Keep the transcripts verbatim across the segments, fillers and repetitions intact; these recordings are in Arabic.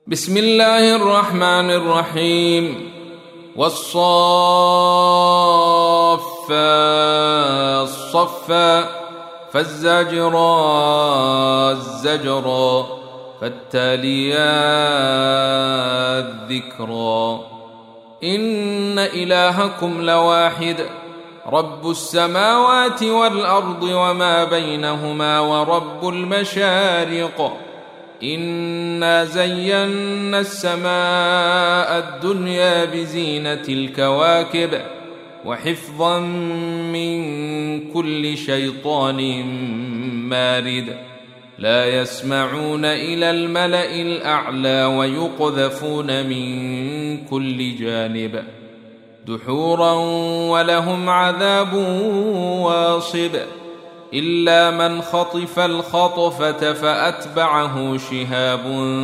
بسم الله الرحمن الرحيم والصافات صفا فالزاجرات زجرا فالتاليات ذكرا إن إلهكم لواحد رب السماوات والأرض وما بينهما ورب المشارق إنا زينا السماء الدنيا بزينة الكواكب وحفظا من كل شيطان مارد لا يسمعون إلى الملأ الأعلى ويقذفون من كل جانب دحورا ولهم عذاب واصب إلا من خطف الخطفة فأتبعه شهاب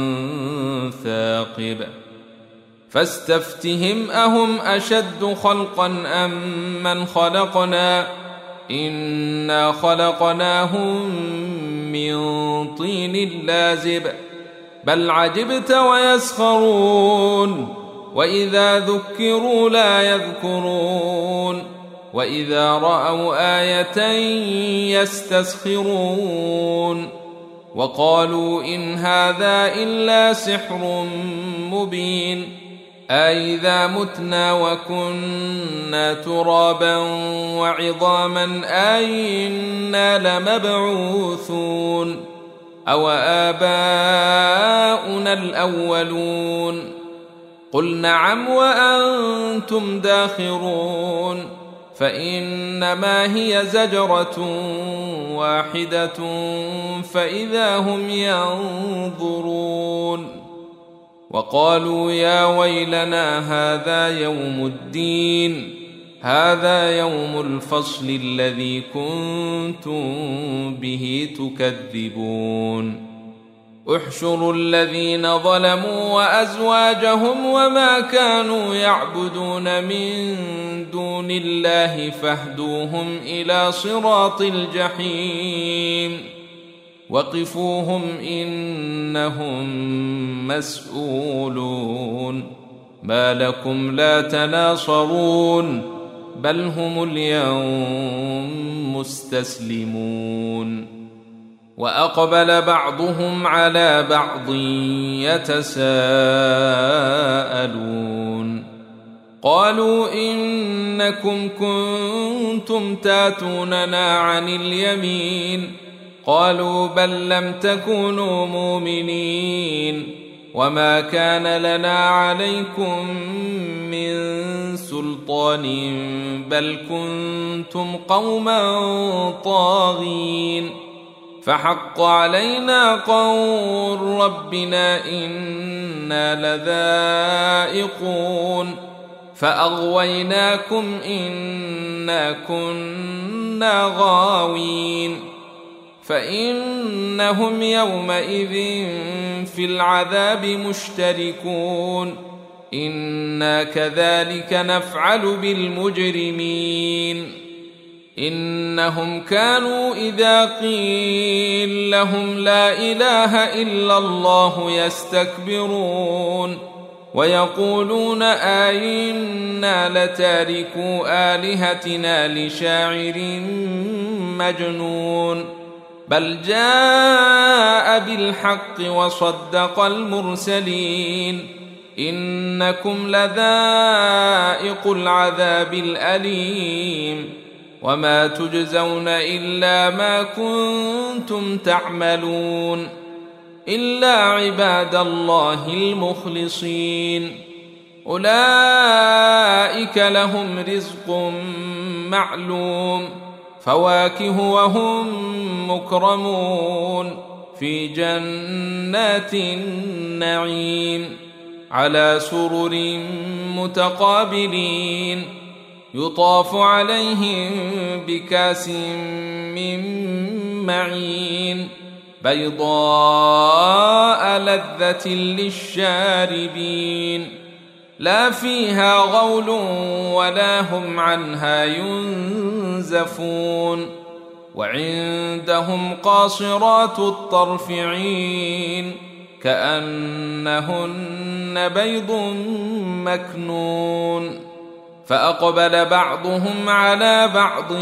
ثاقب فاستفتهم أهم أشد خلقا أم من خلقنا إنا خلقناهم من طين لازب بل عجبت ويسخرون وإذا ذكروا لا يذكرون وإذا رأوا آية يستسخرون وقالوا إن هذا إلا سحر مبين أإذا متنا وكنا ترابا وعظاما أإنا لمبعوثون أو آباؤنا الأولون قل نعم وأنتم داخرون فإنما هي زجرة واحدة فإذا هم ينظرون وقالوا يا ويلنا هذا يوم الدين هذا يوم الفصل الذي كنتم به تكذبون احشروا الذين ظلموا وأزواجهم وما كانوا يعبدون من دون الله فاهدوهم إلى صراط الجحيم وقفوهم إنهم مسؤولون ما لكم لا تناصرون بل هم اليوم مستسلمون وأقبل بعضهم على بعض يتساءلون قالوا إنكم كنتم تاتوننا عن اليمين قالوا بل لم تكونوا مؤمنين وما كان لنا عليكم من سلطان بل كنتم قوما طاغين فحق علينا قول ربنا إنا لذائقون فأغويناكم إنا كنا غاوين فإنهم يومئذ في العذاب مشتركون إنا كذلك نفعل بالمجرمين إنهم كانوا إذا قيل لهم لا إله إلا الله يستكبرون ويقولون أئنا لتاركو آلهتنا لشاعر مجنون بل جاء بالحق وصدق المرسلين إنكم لذائق العذاب الأليم وما تجزون إلا ما كنتم تعملون إلا عباد الله المخلصين أولئك لهم رزق معلوم فواكه وهم مكرمون في جنات النعيم على سرر متقابلين يطاف عليهم بكاس من معين بيضاء لذة للشاربين لا فيها غول ولا هم عنها ينزفون وعندهم قاصرات الطرف عين كأنهن بيض مكنون فأقبل بعضهم على بعض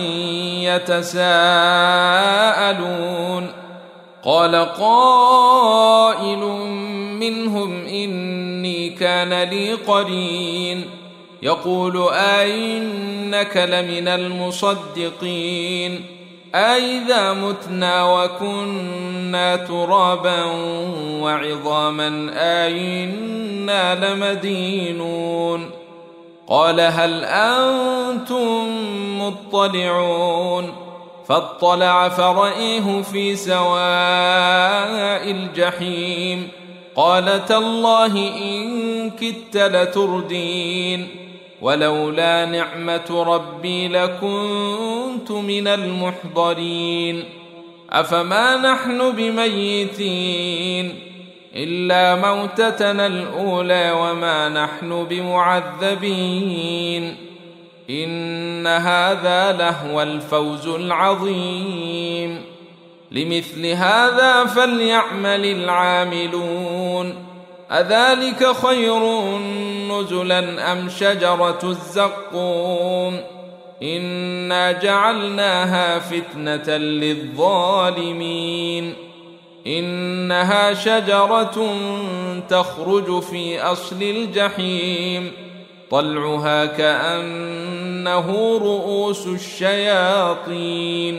يتساءلون قال قائل منهم إني كان لي قرين يقول أئنك لمن المصدقين أئذا متنا وكنا ترابا وعظاما أئنا لمدينون قال هل أنتم مطلعون فاطلع فرأيه في سواء الجحيم قال تالله إن كدت لتردين ولولا نعمة ربي لكنت من المحضرين أفما نحن بميتين إلا موتتنا الأولى وما نحن بمعذبين إن هذا لهو الفوز العظيم لمثل هذا فليعمل العاملون أذلك خير نزلا أم شجرة الزقوم إنا جعلناها فتنة للظالمين إنها شجرة تخرج في أصل الجحيم طلعها كأنه رؤوس الشياطين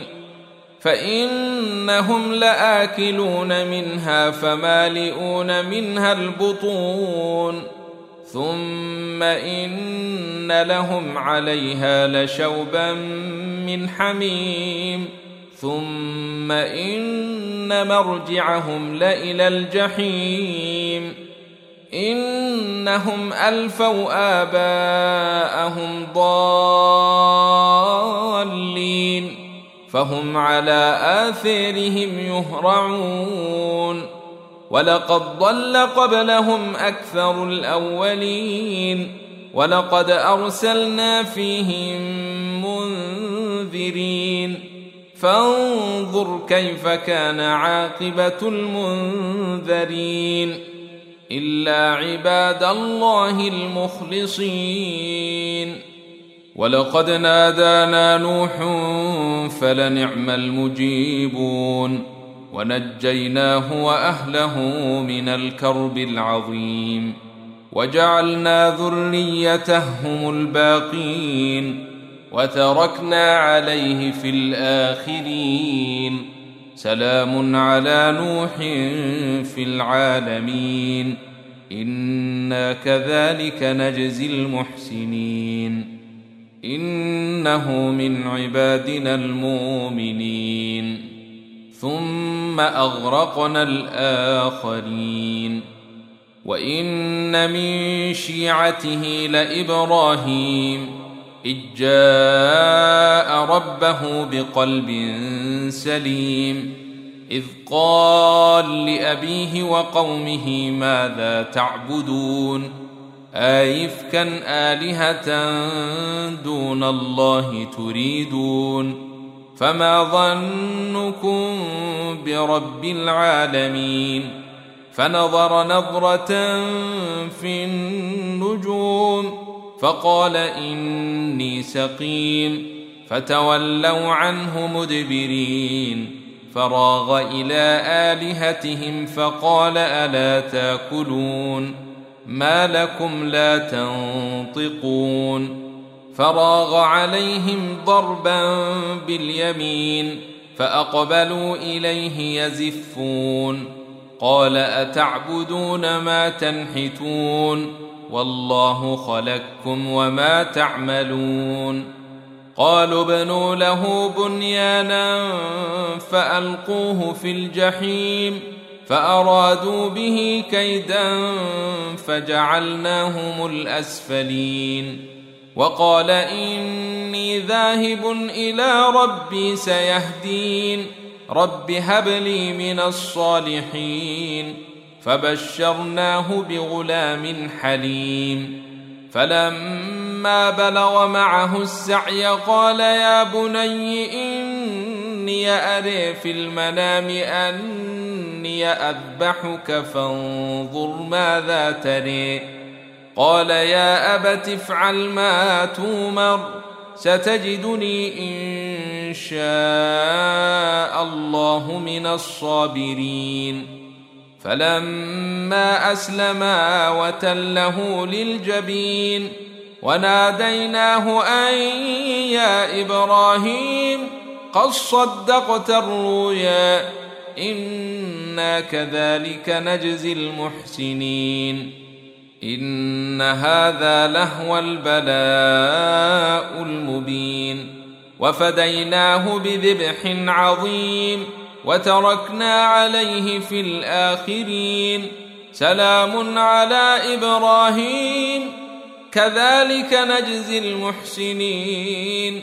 فإنهم لآكلون منها فمالئون منها البطون ثم إن لهم عليها لشوبا من حميم ثم إن مرجعهم لإلى الجحيم إنهم ألفوا آباءهم ضالين فهم على آثارهم يهرعون ولقد ضل قبلهم أكثر الأولين ولقد أرسلنا فيهم منذرين فانظر كيف كان عاقبة المنذرين إلا عباد الله المخلصين ولقد نادانا نوح فلنعم المجيبون ونجيناه وأهله من الكرب العظيم وجعلنا ذريته هم الباقين وتركنا عليه في الآخرين سلام على نوح في العالمين إنا كذلك نجزي المحسنين إنه من عبادنا المؤمنين ثم أغرقنا الآخرين وإن من شيعته لإبراهيم إذ جاء ربه بقلب سليم إذ قال لأبيه وقومه ماذا تعبدون أئفكا آلهة دون الله تريدون فما ظنكم برب العالمين فنظر نظرة في النجوم فقال إني سقيم فتولوا عنه مدبرين فراغ إلى آلهتهم فقال ألا تاكلون ما لكم لا تنطقون فراغ عليهم ضربا باليمين فأقبلوا إليه يزفون قال أتعبدون ما تنحتون والله خلقكم وما تعملون قالوا ابنوا له بنيانا فألقوه في الجحيم فأرادوا به كيدا فجعلناهم الأسفلين وقال إني ذاهب إلى ربي سيهدين رب هب لي من الصالحين فبشرناه بغلام حليم فلما بلغ معه السعي قال يا بني إني أرى في المنام أني إني أذبحك فانظر ماذا تري. قال يا أبت افعل ما تؤمر ستجدني إن شاء الله من الصابرين. فلما أسلما وتله للجبين وناديناه أن يا إبراهيم قد صدقت الرؤيا إنا كذلك نجزي المحسنين. إن هذا لهو البلاء المبين. وفديناه بذبح عظيم وتركنا عليه في الآخرين. سلام على إبراهيم كذلك نجزي المحسنين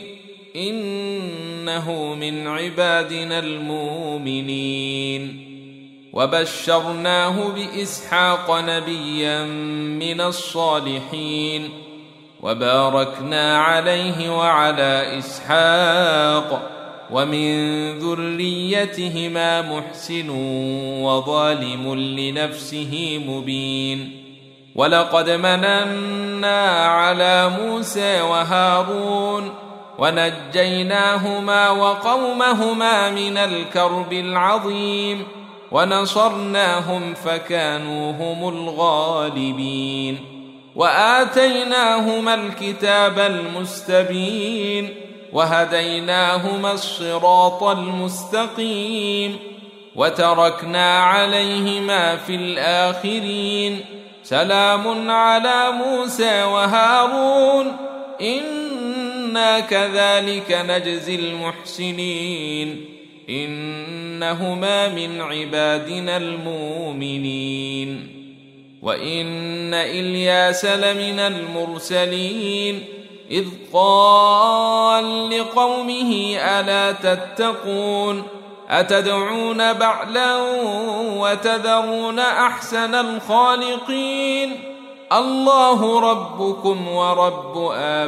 إنه من عبادنا المؤمنين. وبشرناه بإسحاق نبيا من الصالحين وباركنا عليه وعلى إسحاق ومن ذريتهما محسن وظالم لنفسه مبين. ولقد مننا على موسى وهارون ونجيناهما وقومهما من الكرب العظيم ونصرناهم فكانوا هم الغالبين. وآتيناهما الكتاب المستبين وهديناهما الصراط المستقيم وتركنا عليهما في الآخرين. سلام على موسى وهارون إنا كذلك نجزي المحسنين إنهما من عبادنا المؤمنين. وإن إلياس لمن المرسلين إذ قال لقومه ألا تتقون أتدعون بعلا وتذرون أحسن الخالقين الله ربكم ورب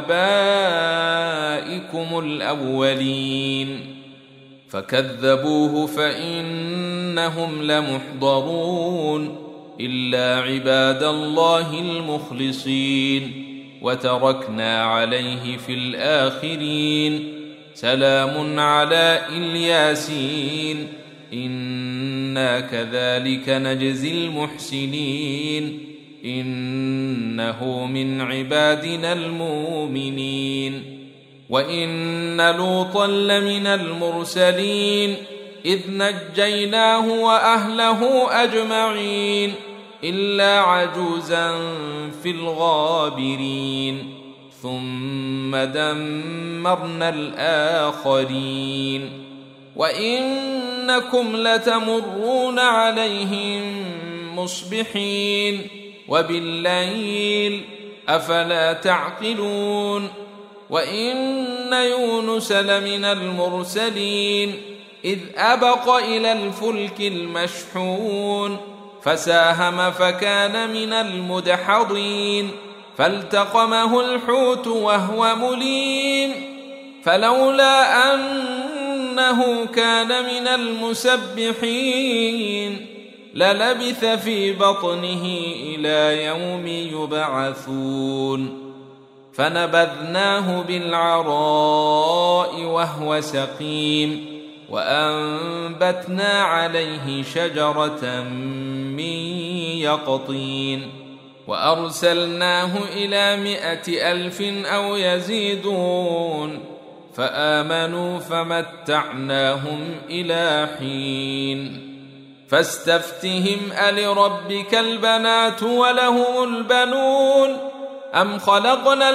آبائكم الأولين. فكذبوه فإنهم لمحضرون إلا عباد الله المخلصين. وتركنا عليه في الآخرين. سلام على الياسين إنا كذلك نجزي المحسنين إنه من عبادنا المؤمنين. وإن لوطا لمن المرسلين إذ نجيناه وأهله أجمعين إلا عجوزا في الغابرين ثم دمرنا الآخرين. وإنكم لتمرون عليهم مصبحين وبالليل أفلا تعقلون. وإن يونس لمن المرسلين إذ أبق إلى الفلك المشحون فساهم فكان من المدحضين فالتقمه الحوت وهو مليم فلولا أنه كان من المسبحين للبث في بطنه إلى يوم يبعثون. فنبذناه بالعراء وهو سقيم وأنبتنا عليه شجرة من يقطين وأرسلناه إلى مائة ألف أو يزيدون فآمنوا فمتعناهم إلى حين. فاستفتهم ألربك البنات وله البنون أم خلقنا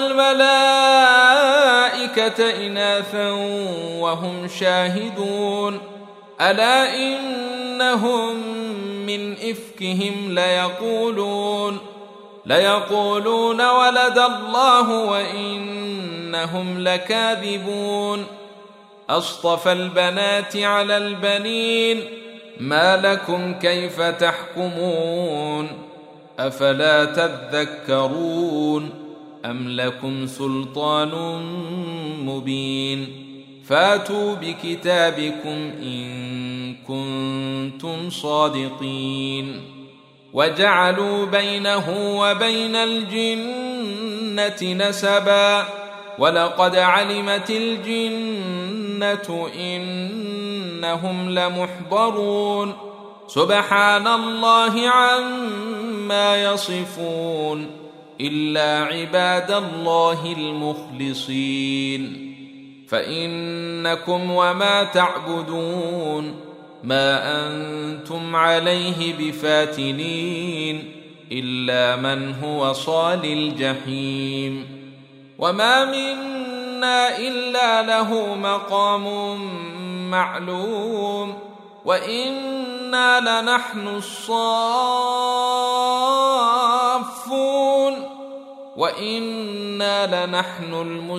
الملائكة إناثا وهم شاهدون ألا إنهم من إفكهم ليقولون ليقولون ولد الله وإنهم لكاذبون أصطفى البنات على البنين ما لكم كيف تحكمون أفلا تذكرون أم لكم سلطان مبين فاتوا بكتابكم إن كنتم صادقين وجعلوا بينه وبين الجنة نسبا ولقد علمت الجنة إنهم لمحضرون سبحان الله عما يصفون إلا عباد الله المخلصين فإنكم وما تعبدون ما أنتم عليه بفاتنين إلا من هو صال الجحيم وما منا إلا له مقام معلوم وإنا لنحن الصافون وإنا لنحن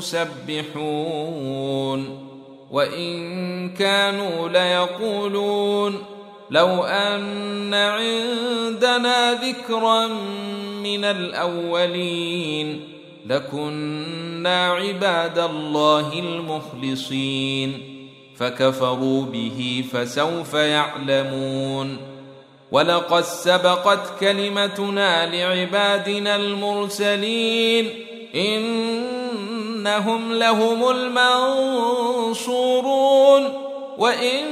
المسبحون وإن كانوا ليقولون لو أن عندنا ذكرا من الأولين لكنا عباد الله المخلصين فكفروا به فسوف يعلمون ولقد سبقت كلمتنا لعبادنا المرسلين إنهم لهم المنصورون وإن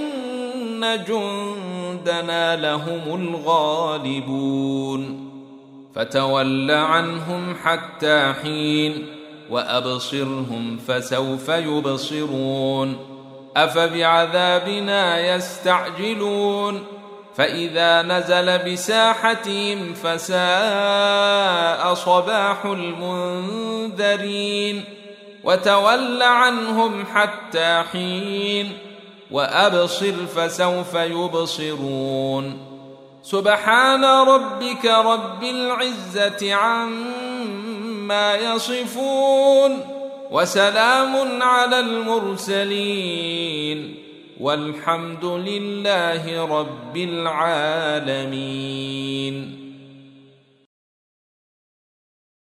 جندنا لهم الغالبون فتول عنهم حتى حين وأبصرهم فسوف يبصرون أفبعذابنا يستعجلون فإذا نزل بساحتهم فساء صباح المنذرين وتول عنهم حتى حين وأبصر فسوف يبصرون سبحان ربك رب العزة عما يصفون وسلام على المرسلين والحمد لله رب العالمين.